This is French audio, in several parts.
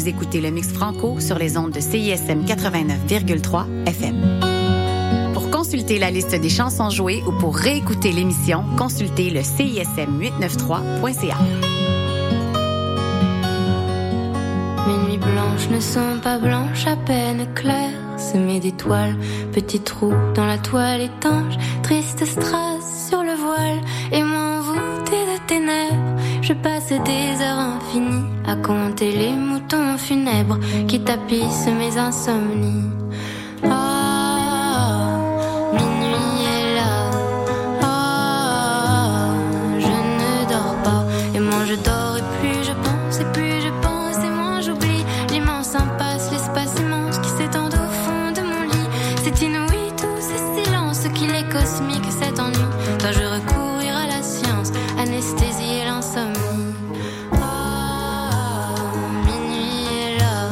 écoutez le Mix Franco sur les ondes de CISM 89,3 FM. Pour consulter la liste des chansons jouées ou pour réécouter l'émission, consultez le CISM893.ca. Mes nuits blanches ne sont pas blanches, à peine claires, semées d'étoiles, petits trous dans la toile étanche, triste strass sur le voile, et moi envoûtée de ténèbres, je passe des heures infinies à compter les moutons funèbres qui tapissent mes insomnies. Minuit est là, je ne dors pas, et moins je dors et plus je pense, et plus je pense et moins j'oublie l'immense impasse, l'espace immense qui s'étend au fond de mon lit. C'est inouï tous ces silences, qu'il est cosmique cet ennui. Dois-je recourir à la science, anesthésier l'insomnie? Minuit est là,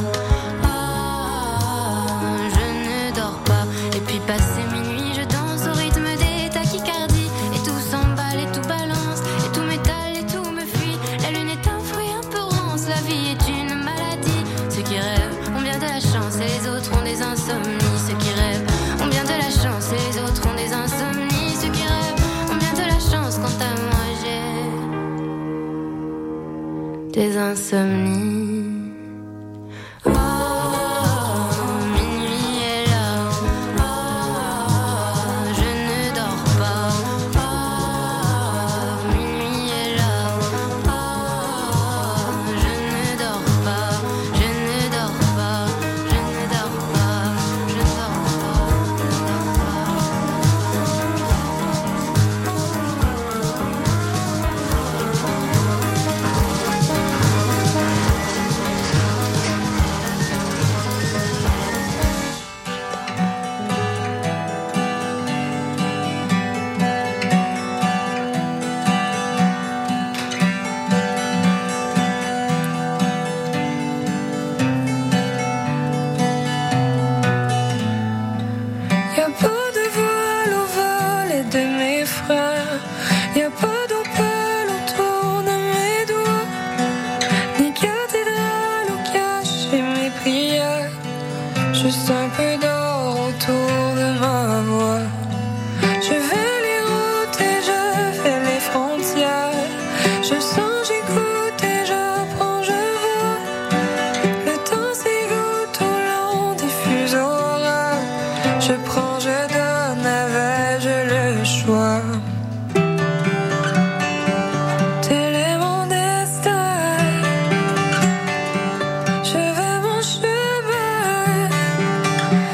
je ne dors pas, et puis passer minuit je danse au rythme des tachycardies, et tout s'emballe et tout balance, et tout m'étale et tout me fuit. La lune est un fruit un peu rance, la vie est une maladie. Ceux qui rêvent ont bien de la chance et les autres ont des insomnies. Ceux qui rêvent ont bien de la chance et les autres ont des insomnies. Ceux qui rêvent ont bien de la chance, quant à moi j'ai des insomnies. Minuit est là, je ne dors pas. Minuit est là, je ne dors pas, je ne dors pas, je ne dors pas, je ne dors Y'a pas de voile au volet de mes frères, y'a pas d'opale autour de mes doigts, ni cathédrale où cacher mes prières, juste un peu d'or autour de ma voix. Je fais les routes et je fais les frontières, je sens, j'écoute et j'apprends, je vois. Le temps s'égoutte au long des fuseaux horaires. Je prends, je donne, avais-je le choix? Tel est mon destin, je vais mon chemin.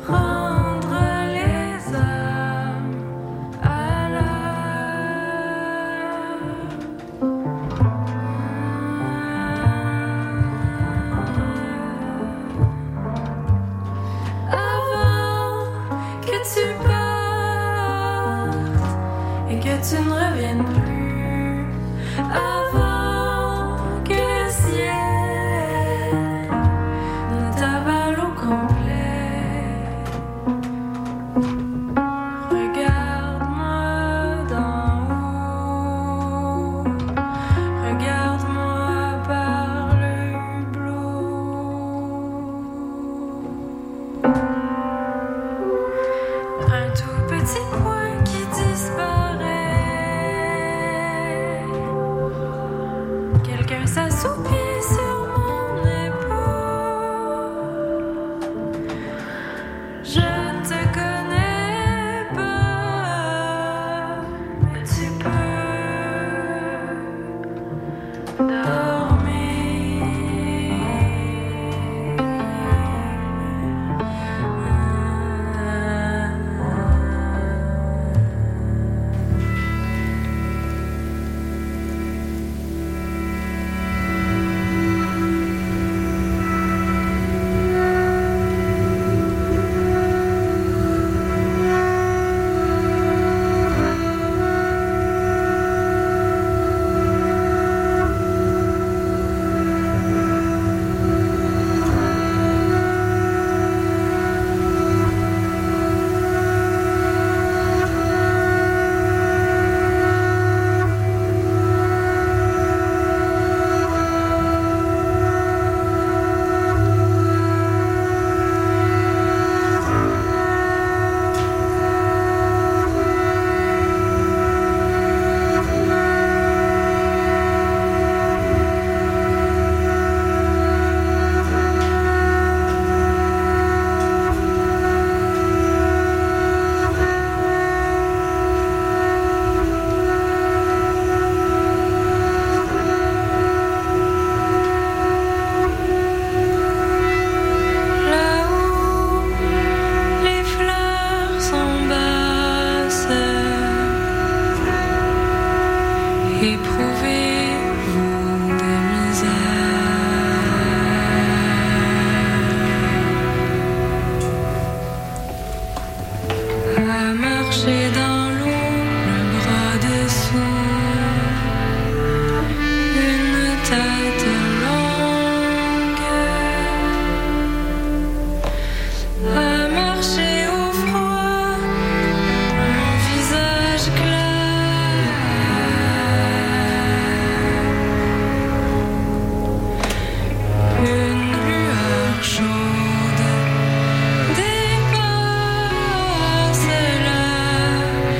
Tu ne reviennes plus avant que le ciel ne t'avale au complet. Regarde-moi d'en haut, regarde-moi par le hublot. Un tout petit point qui disparaît. Quelqu'un s'assoupit sur mon épaule. Je ne te connais pas, mais tu peux éprouvez-vous des misères à marcher dans l'eau, le bras dessous, une tête longue, à marcher au froid, mon visage clair. Une lueur chaude dépasse la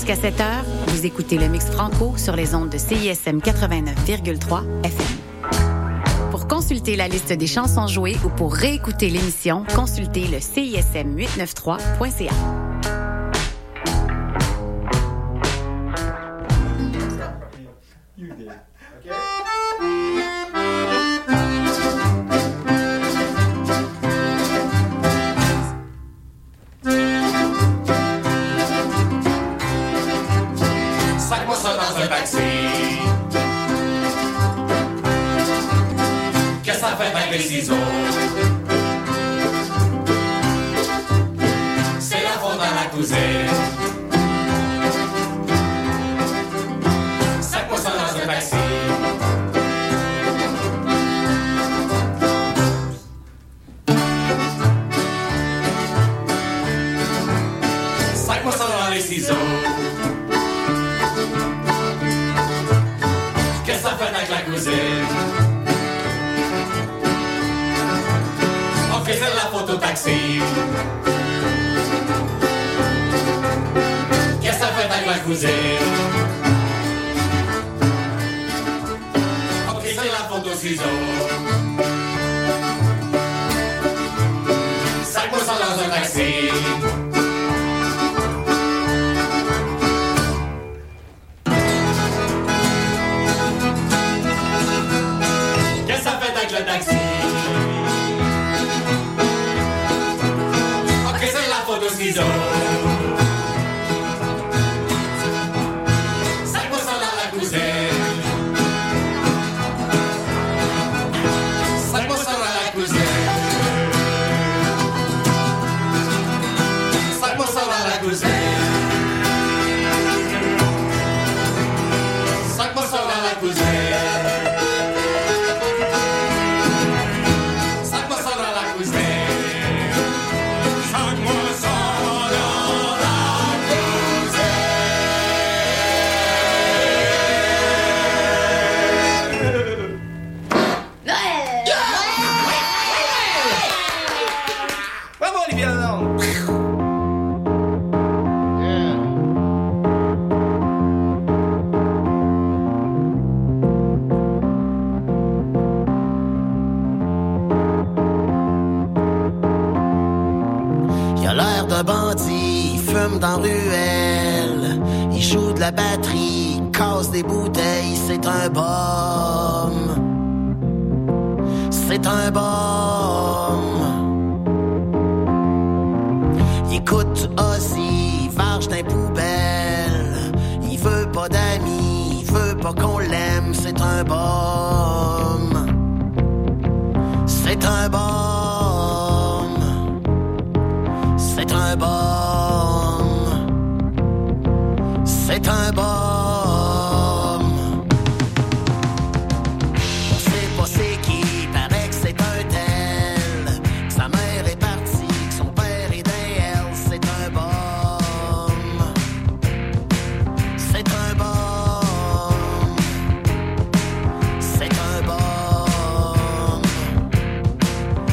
Jusqu'à 7 heures, vous écoutez le Mix Franco sur les ondes de CISM 89,3 FM. Pour consulter la liste des chansons jouées ou pour réécouter l'émission, consultez le CISM893.ca. C'est la faute à la cousine. Sac-moi ça dans un taxi. Sac-moi ça dans les ciseaux. Qu'est-ce que ça fait avec la cousine? C'est la photo taxi. Qu'est-ce que ça fait avec la cousine? Ok, c'est la photo ciseaux. Sac-moi ça dans un taxi. Qu'est-ce que ça fait avec le taxi? Ciseaux. Sac-moi ça dans la cousine. Sac-moi ça dans la cousine. Sac-moi ça dans la cousine. Sac-moi ça dans la cousine. Sac-moi ça dans la cousine. Dans ruelle, il joue de la batterie, casse des bouteilles, c'est un bum. C'est un bum. Il écoute aussi, varge d'un poubelle. Il veut pas d'amis, il veut pas qu'on l'aime, c'est un bum. C'est un bum. C'est un bum. C'est un bum. On sait pas c'est qui, paraît que c'est un tel. Que sa mère est partie, que son père est d'elle. C'est un bum. C'est un bum. C'est un bum.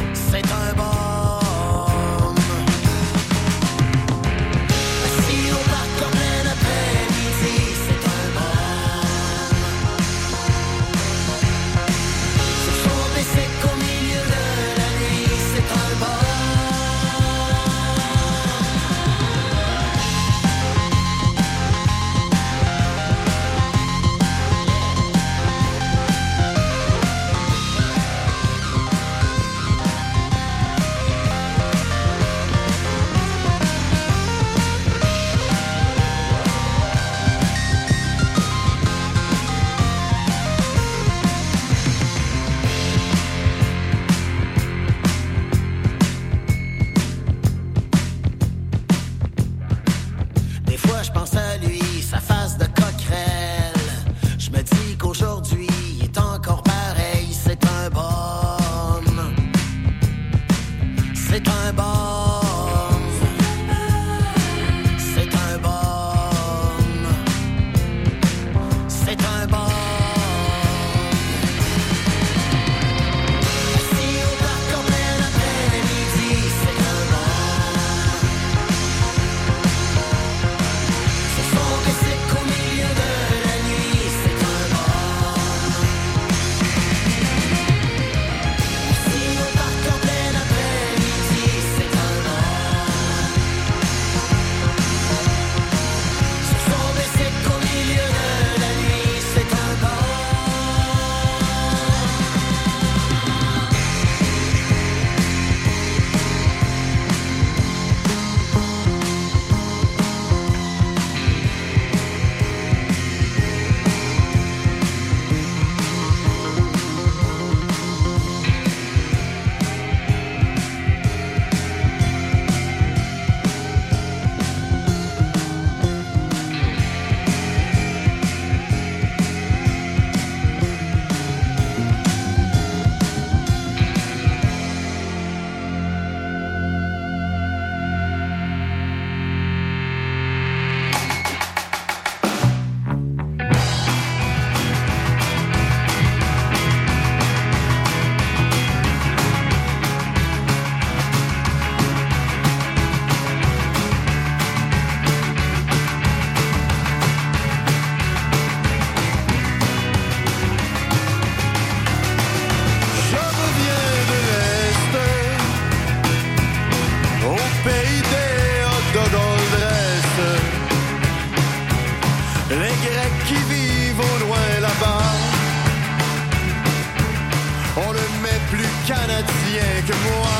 plus canadien que moi.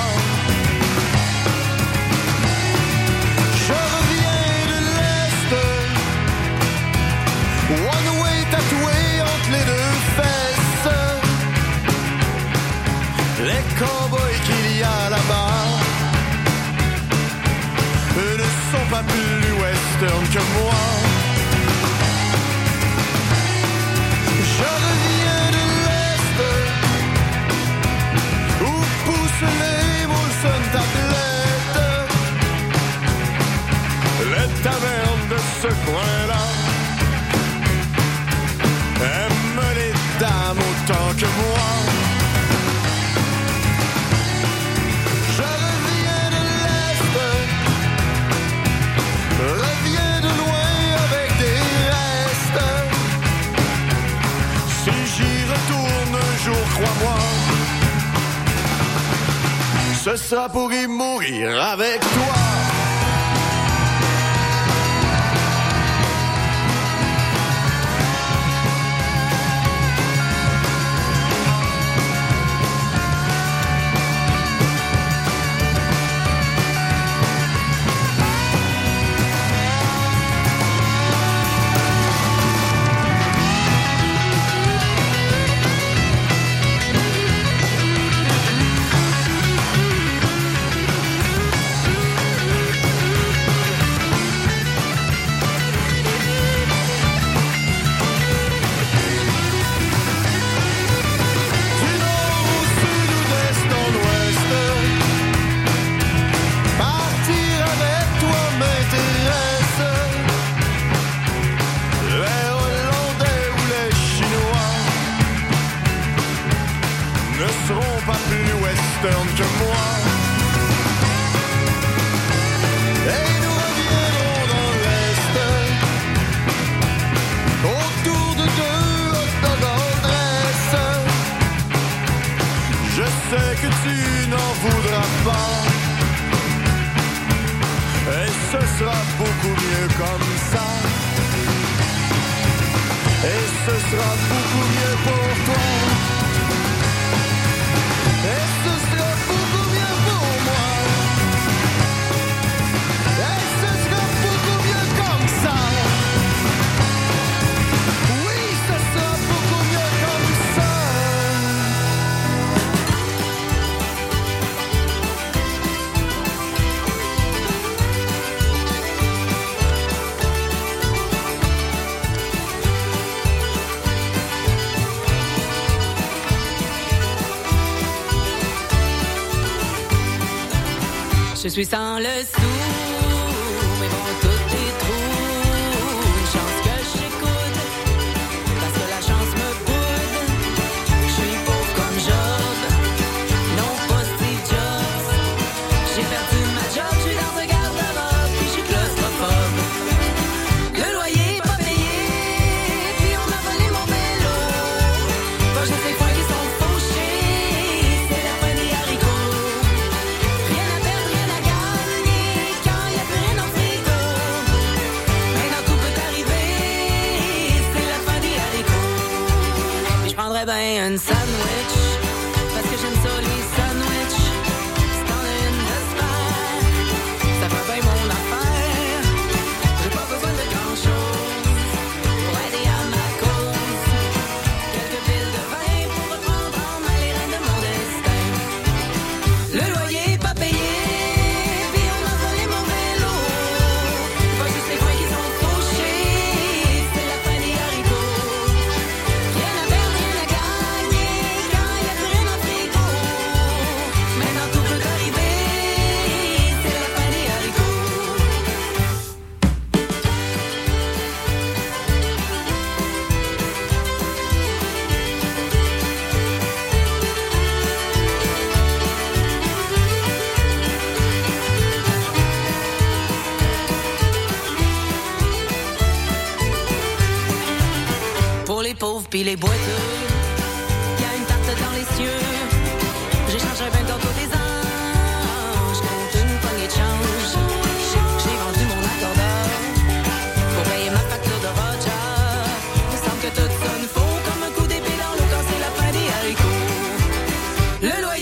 Je reviens de l'Est, one way tatoué entre les deux fesses. Les cowboys qu'il y a là-bas ne sont pas plus western que moi. Je reviens de l'Est, où poussent les Molson tablettes. Les tavernes de ce coin-là aiment les dames autant que moi. Je reviens de l'Est, reviens de loin avec des restes. Si j'y retourne un jour, crois-moi, ce sera pour y mourir avec toi. Que moi. Et nous reviendrons dans l'Est, autour de deux hot dogs en dresse. Je sais que tu n'en voudras pas, et ce sera beaucoup mieux comme ça. Et ce sera beaucoup mieux pour toi. Et ce sera beaucoup mieux pour moi. Et ce sera beaucoup mieux comme ça. Oui, ce sera beaucoup mieux comme ça. Je suis sans le sou, mais bon, tout est trous. Une chance que j'écoute, parce que la chance me boude. Je suis pauvre comme Job, non pas Steve Jobs. J'ai perdu ma job, je suis dans un garde-robe, puis je suis claustrophobe. Le loyer est pas payé, puis on m'a volé mon vélo. Pas juste les points qui sont fauchés, c'est la fin des haricots. Rien à perdre, rien à gagner, quand y a plus rien dans le frigo. Maintenant tout peut arriver, c'est la fin des haricots. Puis je prendrais bien un sandwich, parce que j'aime ça les sandwichs. C'est en une d'espère, ça fait bien mon affaire. J'ai pas besoin de grand chose pour aider à ma cause. Quelques piles de vin pour reprendre en main les rênes de mon destin. Le loyer est pas payé, puis on m'a volé mon vélo. Pas juste les points qui sont fauchés, c'est la fin des haricots. Rien à perdre, rien à gagner, quand y a plus rien dans le frigo. Maintenant tout peut arriver, c'est la fin des haricots. Pour les pauvres pis les boiteux, y a une tarte dans les cieux. J'échange un bain tantôt des anges, compte une poignée de change. J'ai vendu mon accordeur pour payer ma facture de Roger. Il semble que tout sonne faux comme un coup d'épée dans l'eau quand c'est la fin des haricots. Le loyer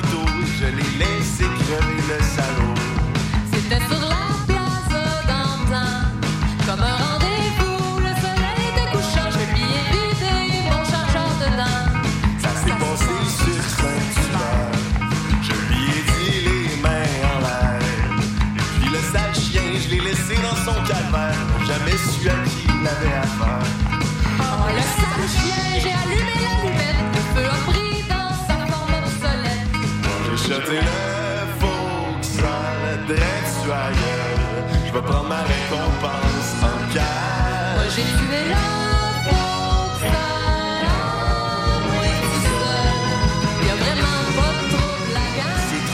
couteau, je l'ai laissé crever le salaud. C'était sur la place d'Antin, comme un rendez-vous, le soleil était couchant, je lui ai vidé mon chargeur dedans. Ça s'est passé sur Saint-Hubert, je lui ai dit les mains en l'air. Et puis le sale chien, je l'ai laissé dans son calvaire, jamais su à qui il avait affaire. Oh, le sale chien, j'ai allumé l'allumette, le feu a pris dans sa forme obsolète. J'ai jeté le faux sale drette sur la gueule. Je vais prendre ma récompense en cash. Moi j'ai tué la fausse sale, moi tout seul. Y'a vraiment pas trop de la gamme. C'est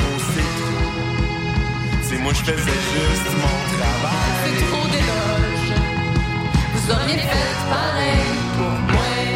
trop. C'est moi je faisais juste mon travail. C'est trop d'éloges. Vous auriez fait pareil pour moi.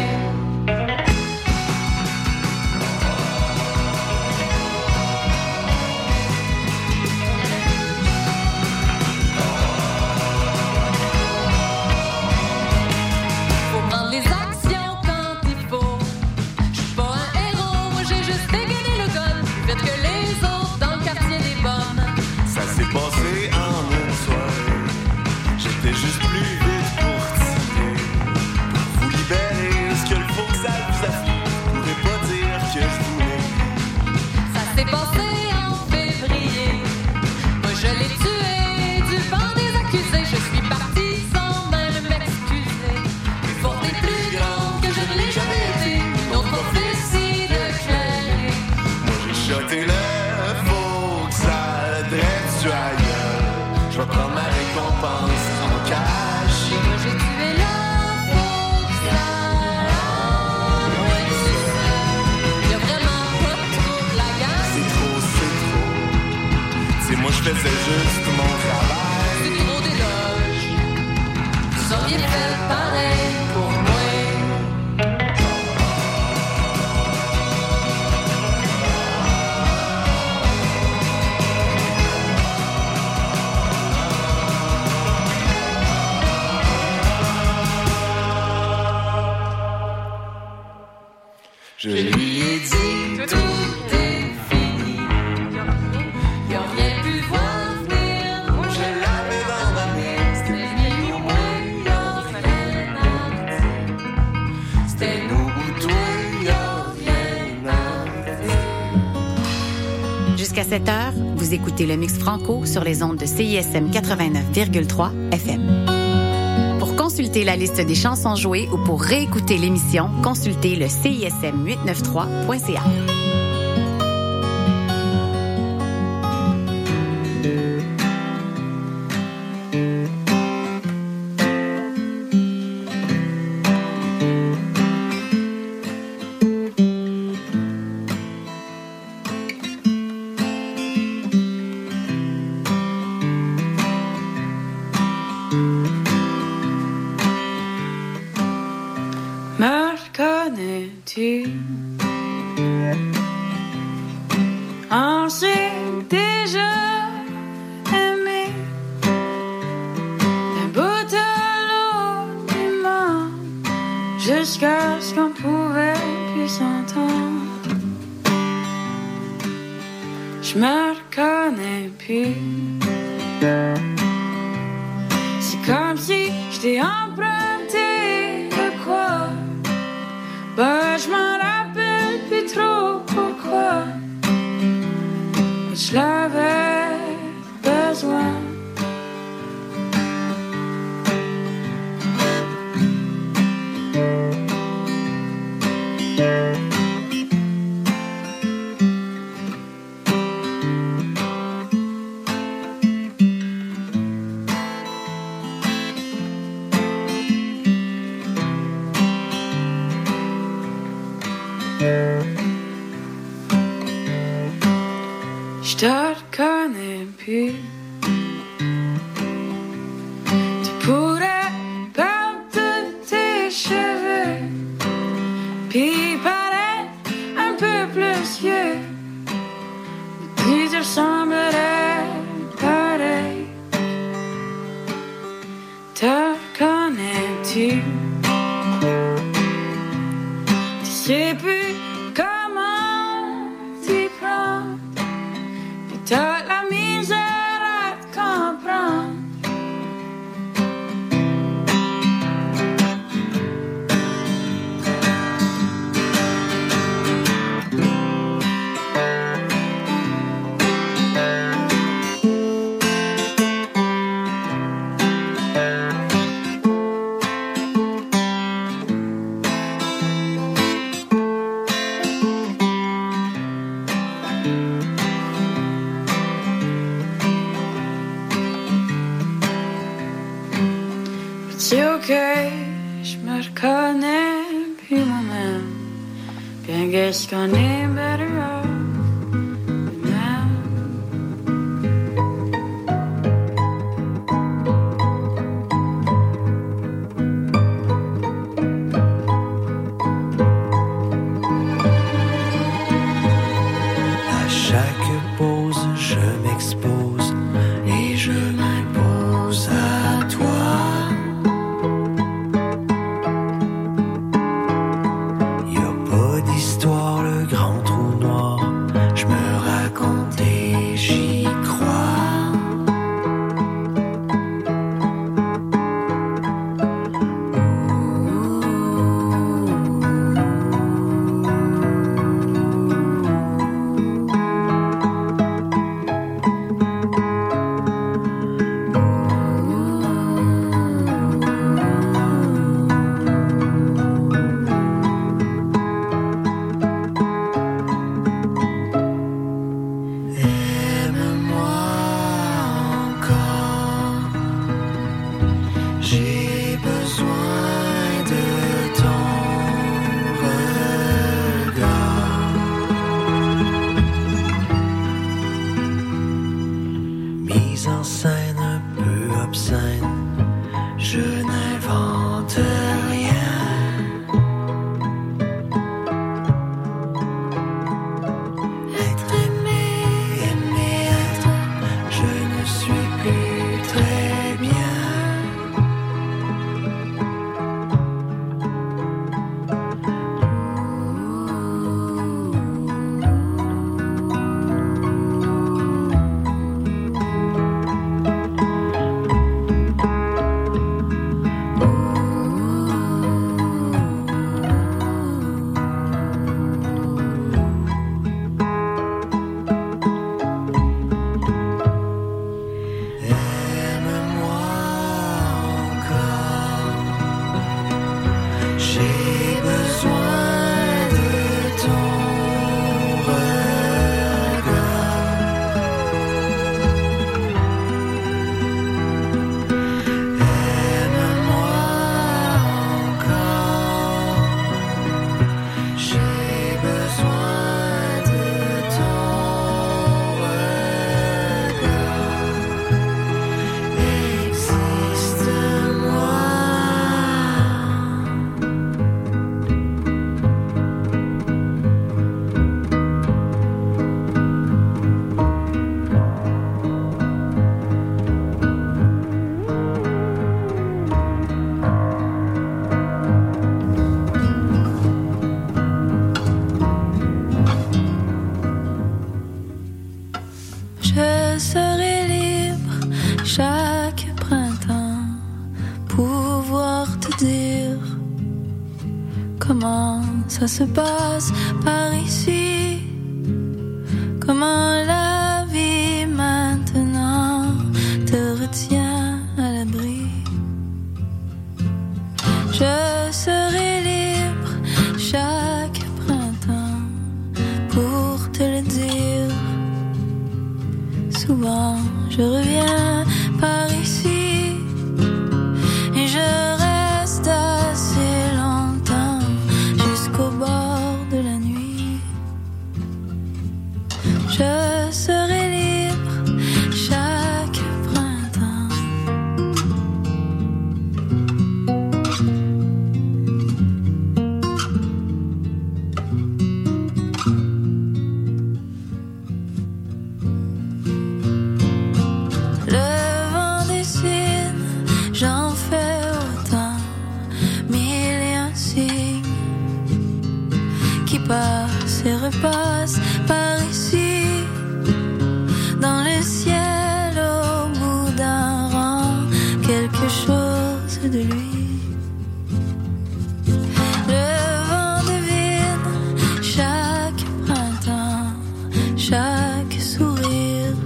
Faut prendre les actions quand il faut. Je suis pas un héros, moi j'ai juste dégainé le gun. Plus vite que les autres dans le quartier des pommes. Ça s'est passé en une soirée. J'étais juste plus vite pour tirer. Pour vous libérer, ce que le faux sale vous a fait. Vous pourrez pas dire que je voulais. Ça s'est passé en février. Moi je l'ai tué du banc des accusés. Je suis parti sans même m'excuser. Une faute est plus grande que je ne l'ai jamais été. Notre prophétie de clairer. Moi j'ai shoté le faux sale drette sur la gueule. Je vais prendre ma récompense en cash. Moi j'ai tué la fausse sale. Moi tout seul. Y'a vraiment pas trop de la gamme. C'est trop. C'est moi je faisais juste mon travail. C'est trop d'éloges. Vous auriez fait pareil pour moi. Je lui ai dit Tout est fini. Y'a rien pu voir venir. Moi je l'avais dans ma main. c'était lui ou moi. Y'a rien à dire. C'était nous ou toi. Y'a rien à dire. Jusqu'à 7 heures, vous écoutez le Mix Franco sur les ondes de CISM 89,3 FM. Pour consulter la liste des chansons jouées ou pour réécouter l'émission, consultez le CISM893.ca. Me reconnais-tu? On s'est déjà aimé d'un bout à l'autre du monde jusqu'à ce qu'on pouvait plus s'entendre. Je me reconnais plus. C'est comme si je t'ai emprunté de quoi. Ben, je m'en rappelle plus trop pourquoi. Mais je l'avais besoin. Je te reconnais plus. Tu pourrais perdre tous tes cheveux, puis paraître un peu plus vieux, mais tu te ressemblerais pareil. Te reconnais-tu? Tu sais plus comment t'y prendre. je connais better off now. À chaque pause, je m'expose et je m'impose à toi. Y a pas d'histoire, le grand trou noir. Je me raconte et j'y crois. Aime-moi encore. J'ai besoin de ton regard. Mise en scène un peu obscène, je n'invente rien. Être aimé, aimer être, je ne suis plus très bien. Aime-moi encore. J'ai besoin de ton regard. Aime-moi encore. J'ai besoin de ton regard. Existe-moi. Je serai libre chaque printemps, pouvoir te dire comment ça se passe par ici, comment la vie maintenant te retient à l'abri. Je serai libre chaque printemps pour te le dire. Souvent je reviens par ici et je reste assez longtemps jusqu'au bord de la nuit. Je serai libre chaque printemps. Le vent dessine, j'en fais autant, mille et un signes qui passent et repassent par ici, dans le ciel au bout d'un rang, quelque chose de lui. Le vent devine chaque printemps, chaque sourire.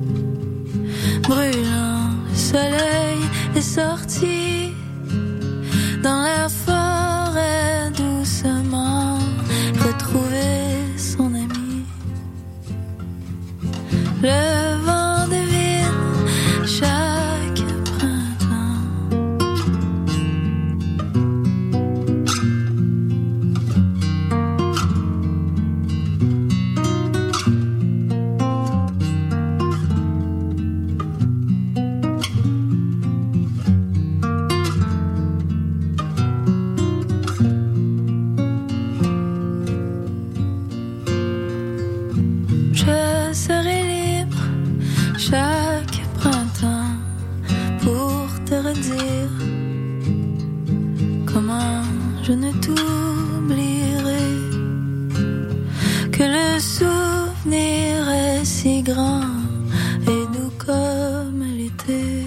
Brûlant, le soleil est sorti dans la forêt doucement, retrouver son ami. Le vent devine chaque printemps. je ne t'oublierai que le souvenir est si grand et doux comme l'été.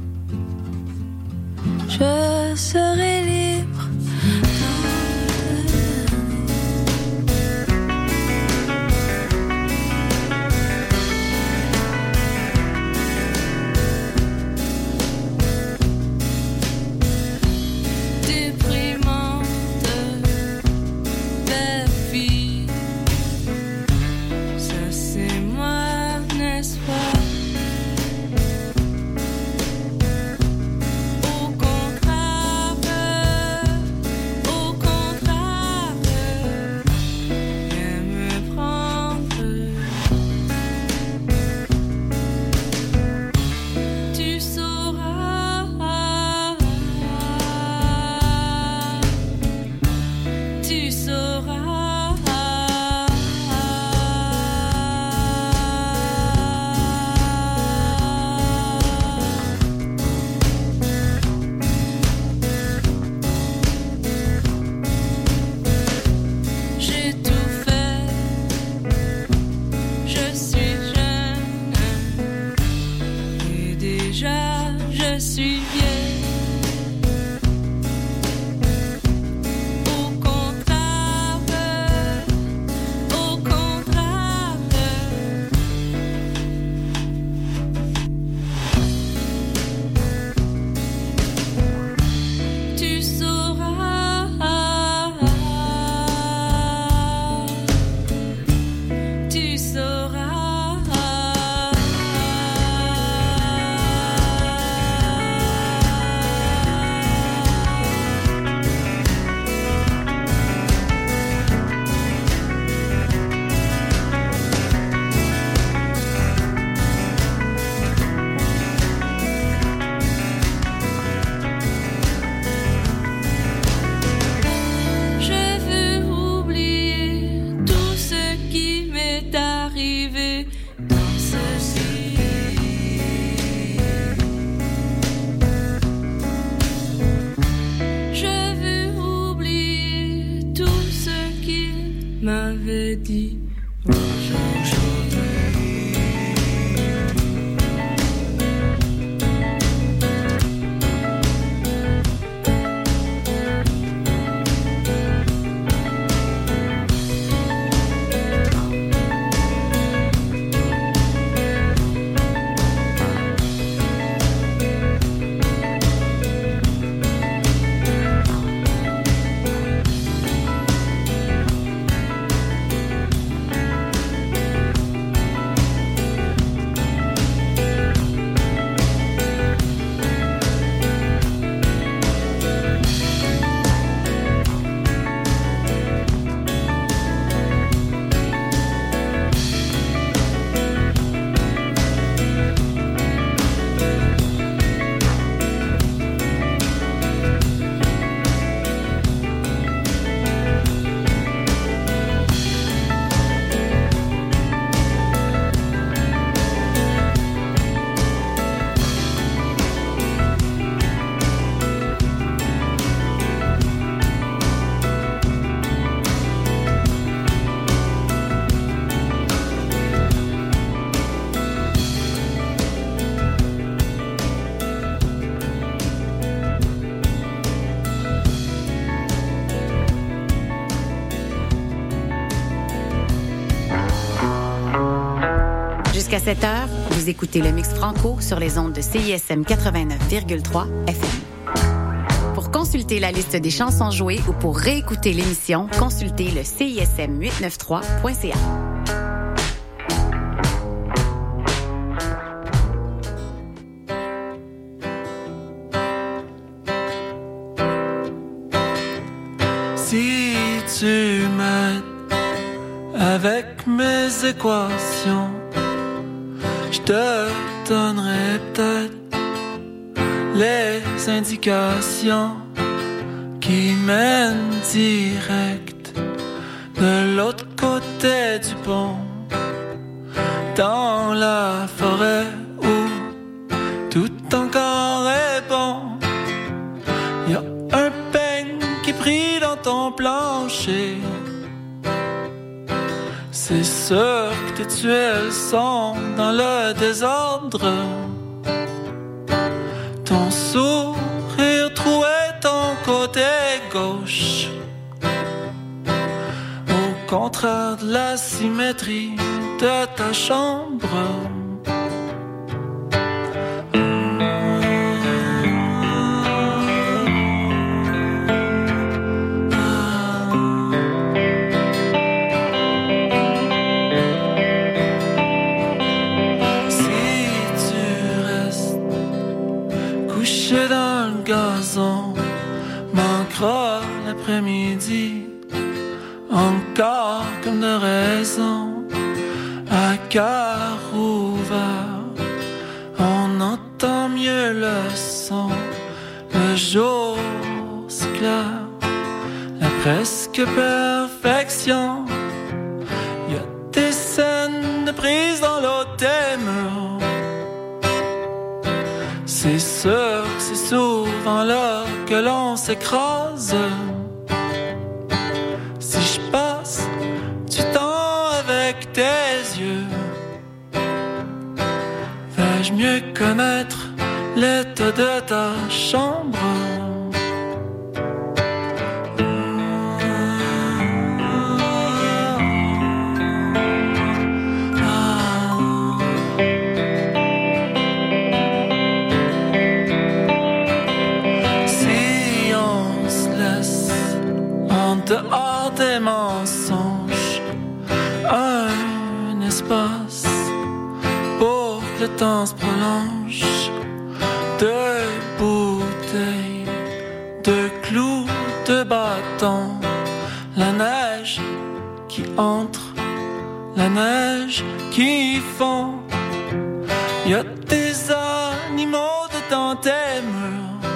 Je serai libre m'avait dit. Jusqu'à 7h, vous écoutez le Mix Franco sur les ondes de CISM 89,3 FM. Pour consulter la liste des chansons jouées ou pour réécouter l'émission, consultez le CISM893.ca. Si tu m'aides avec mes équations, je te donnerai peut-être les indications qui mènent direct de l'autre côté du pont, dans la forêt où tout encore est bon. Y a un peigne qui brille dans sûr que tes tuiles sont dans le désordre. Ton sourire trouait ton côté gauche. Au contraire de la symétrie de ta chambre. Dans le gazon, manquera l'après-midi, encore comme de raison, à cœur ouvert, on entend mieux le son, le jour s'éclaire, la presque perfection, y a des scènes de prise dans l'eau des murs. C'est sûr que c'est souvent là que l'on s'écrase. Si je passe du temps avec tes yeux, vais-je mieux connaître l'état de ta chambre? Dehors des mensonges, un espace pour que le temps se prolonge. Deux bouteilles, deux clous, deux bâtons, la neige qui entre, la neige qui fond. Y a des animaux dedans tes murs.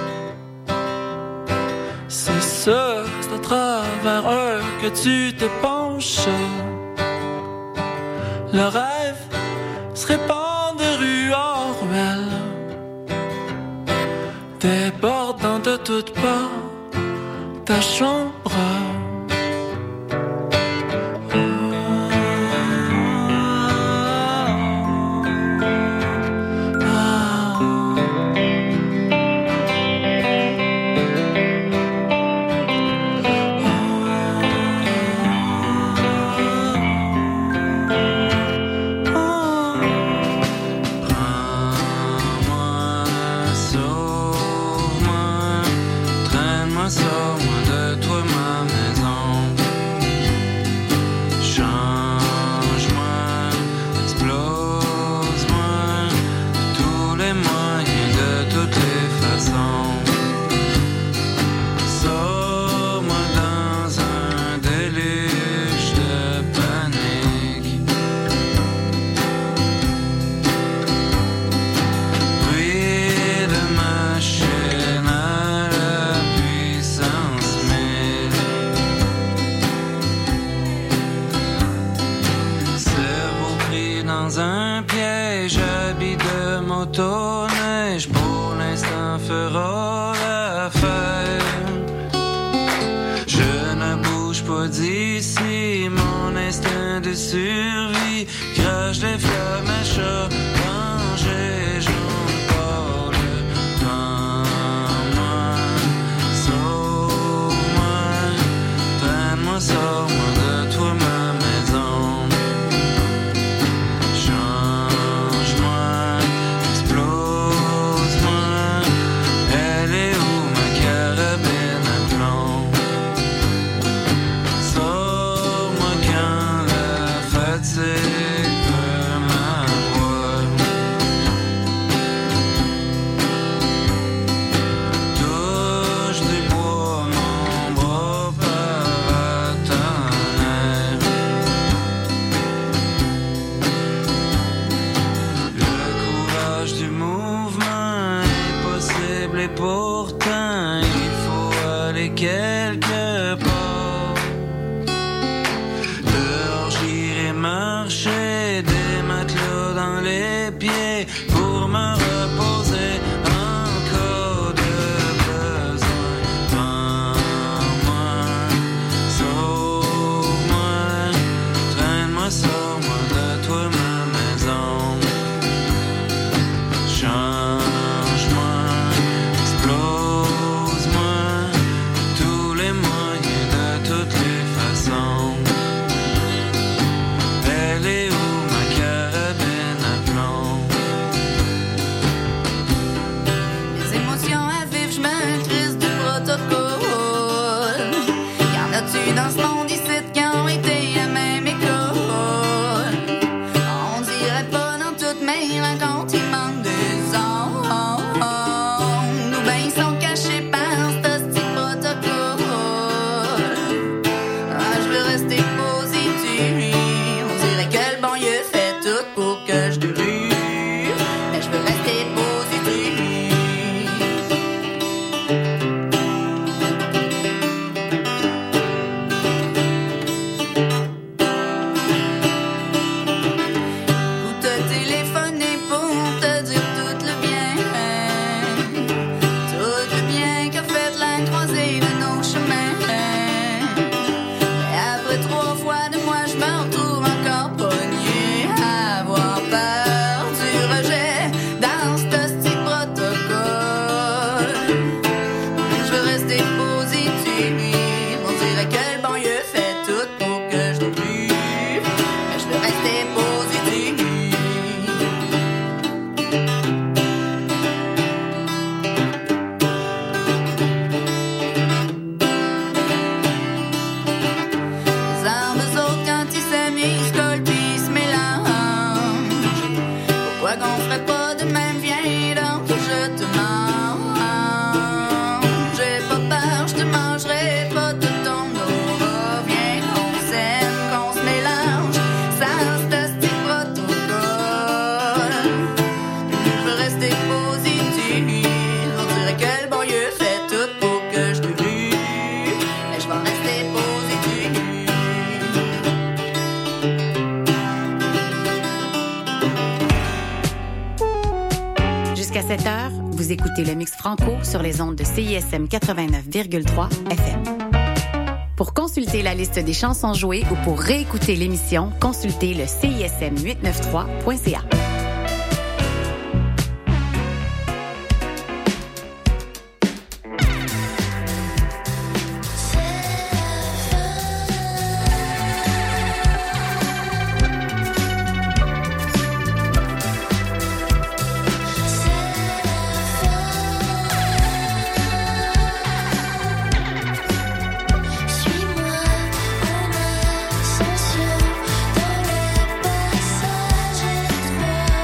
C'est sûr que c'est à travers eux que tu t'épanches. Le rêve se répand de rue en ruelle, débordant de toutes parts ta chambre. Neige pour l'instant fera l'affaire. Je ne bouge pas d'ici, mon instinct de survie crache des flammes à chat, rangé jaune par le prends-moi, sauve-moi, traîne-moi, sors-moi de toi ma maison. Quelque part dehors j'irai marcher, des matelas dans les pieds pour me reposer, encore de besoin. Prends-moi, sauve-moi, traîne-moi, sors-moi me raconte, il manque des ondes. Ou ben ils sont cachés par ce petit protocole. Je veux rester positive. On dirait que le bon Dieu fait tout pour que je dure. Mais je veux rester positive. Ou te téléphoner pour te dire tout le bien qu'a fait la croisée de nos chemins. Et après 3 fois de moi, je me retrouve encore pognée à avoir peur du rejet dans ce petit protocole. Je veux rester positive. On dirait que le bon Dieu fait tout pour que je ne plus. Mais je veux rester positive. Les arbres, eux autres, quand ils s'aiment, ils se collent puis ils se mélangent. Pourquoi qu'on ferait pas de même? Viens donc que je te mange. J'ai pas peur, je te mangerai pas de ton aura. Viens qu'on s'aime, qu'on se mélange sans ce petit protocole. Je veux rester positive. On dirait que le bon Dieu fait tout pour que je te vue. Mais je vais rester positive. Jusqu'à 7 heures, vous écoutez le Mix Franco sur les ondes de CISM 89,3 FM. Pour consulter la liste des chansons jouées ou pour réécouter l'émission, consultez le CISM893.ca. Suis-moi en ascension dans le passage étroit.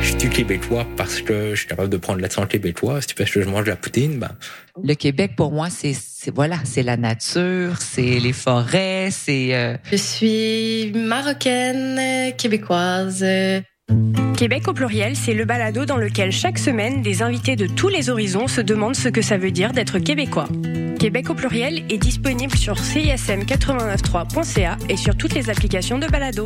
Je suis québécois parce que je suis capable de prendre l'accent québécois. C'est parce que je mange de la poutine, ben... Le Québec, pour moi, c'est la nature, c'est les forêts, c'est... Je suis marocaine, québécoise. Québec au pluriel, c'est le balado dans lequel chaque semaine, des invités de tous les horizons se demandent ce que ça veut dire d'être québécois. Québec au pluriel est disponible sur CISM893.ca et sur toutes les applications de balado.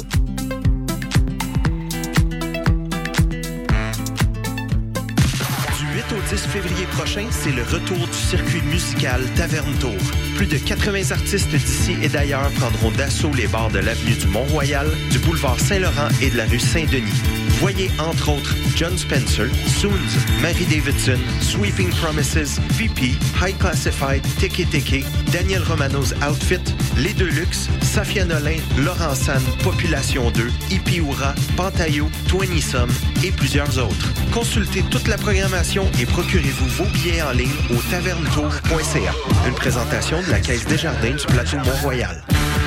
Au 10 février prochain, c'est le retour du circuit musical Taverne Tour. Plus de 80 artistes d'ici et d'ailleurs prendront d'assaut les bars de l'avenue du Mont-Royal, du boulevard Saint-Laurent et de la rue Saint-Denis. Voyez entre autres John Spencer, Soons, Mary Davidson, Sweeping Promises, VP, High Classified, Teke, Daniel Romano's Outfit, Les Deluxe, Safia Nolin, Laurent San, Population 2, Ipiura, Pantayo, 20 Some et plusieurs autres. Consultez toute la programmation et procurez-vous vos billets en ligne au tavernetour.ca. Une présentation de la Caisse Desjardins du plateau Mont-Royal.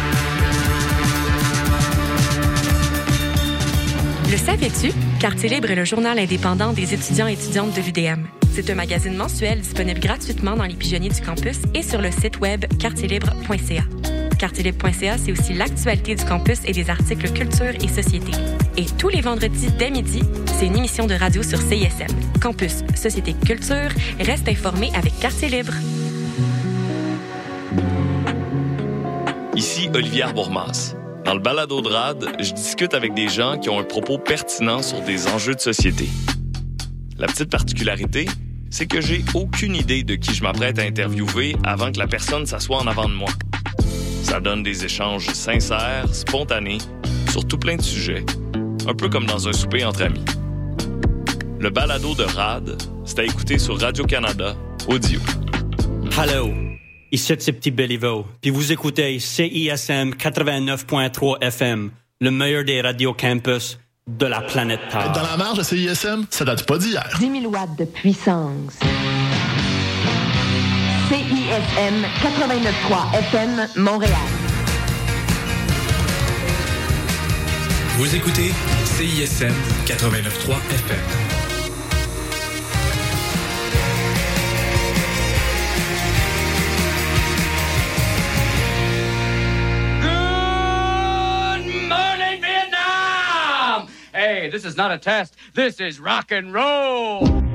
Le savais-tu? Quartier Libre est le journal indépendant des étudiants et étudiantes de l'UDM. C'est un magazine mensuel disponible gratuitement dans les pigeonniers du campus et sur le site web quartierlibre.ca. Quartierlibre.ca, c'est aussi l'actualité du campus et des articles culture et société. Et tous les vendredis dès midi, c'est une émission de radio sur CISM. Campus, société, culture, reste informé avec Quartier Libre. Ici Olivier Bourmas. Dans le balado de RAD, je discute avec des gens qui ont un propos pertinent sur des enjeux de société. La petite particularité, c'est que j'ai aucune idée de qui je m'apprête à interviewer avant que la personne s'assoie en avant de moi. Ça donne des échanges sincères, spontanés, sur tout plein de sujets, un peu comme dans un souper entre amis. Le balado de RAD, c'est à écouter sur Radio-Canada, audio. Hello, ici c'est Petit Béliveau, puis vous écoutez CISM 89.3 FM, le meilleur des radios campus de la planète Terre. Dans la marge de CISM, ça date pas d'hier. 10 000 watts de puissance. CISM 89.3 FM, Montréal. Vous écoutez CISM 89.3 FM. Hey, this is not a test. This is rock and roll.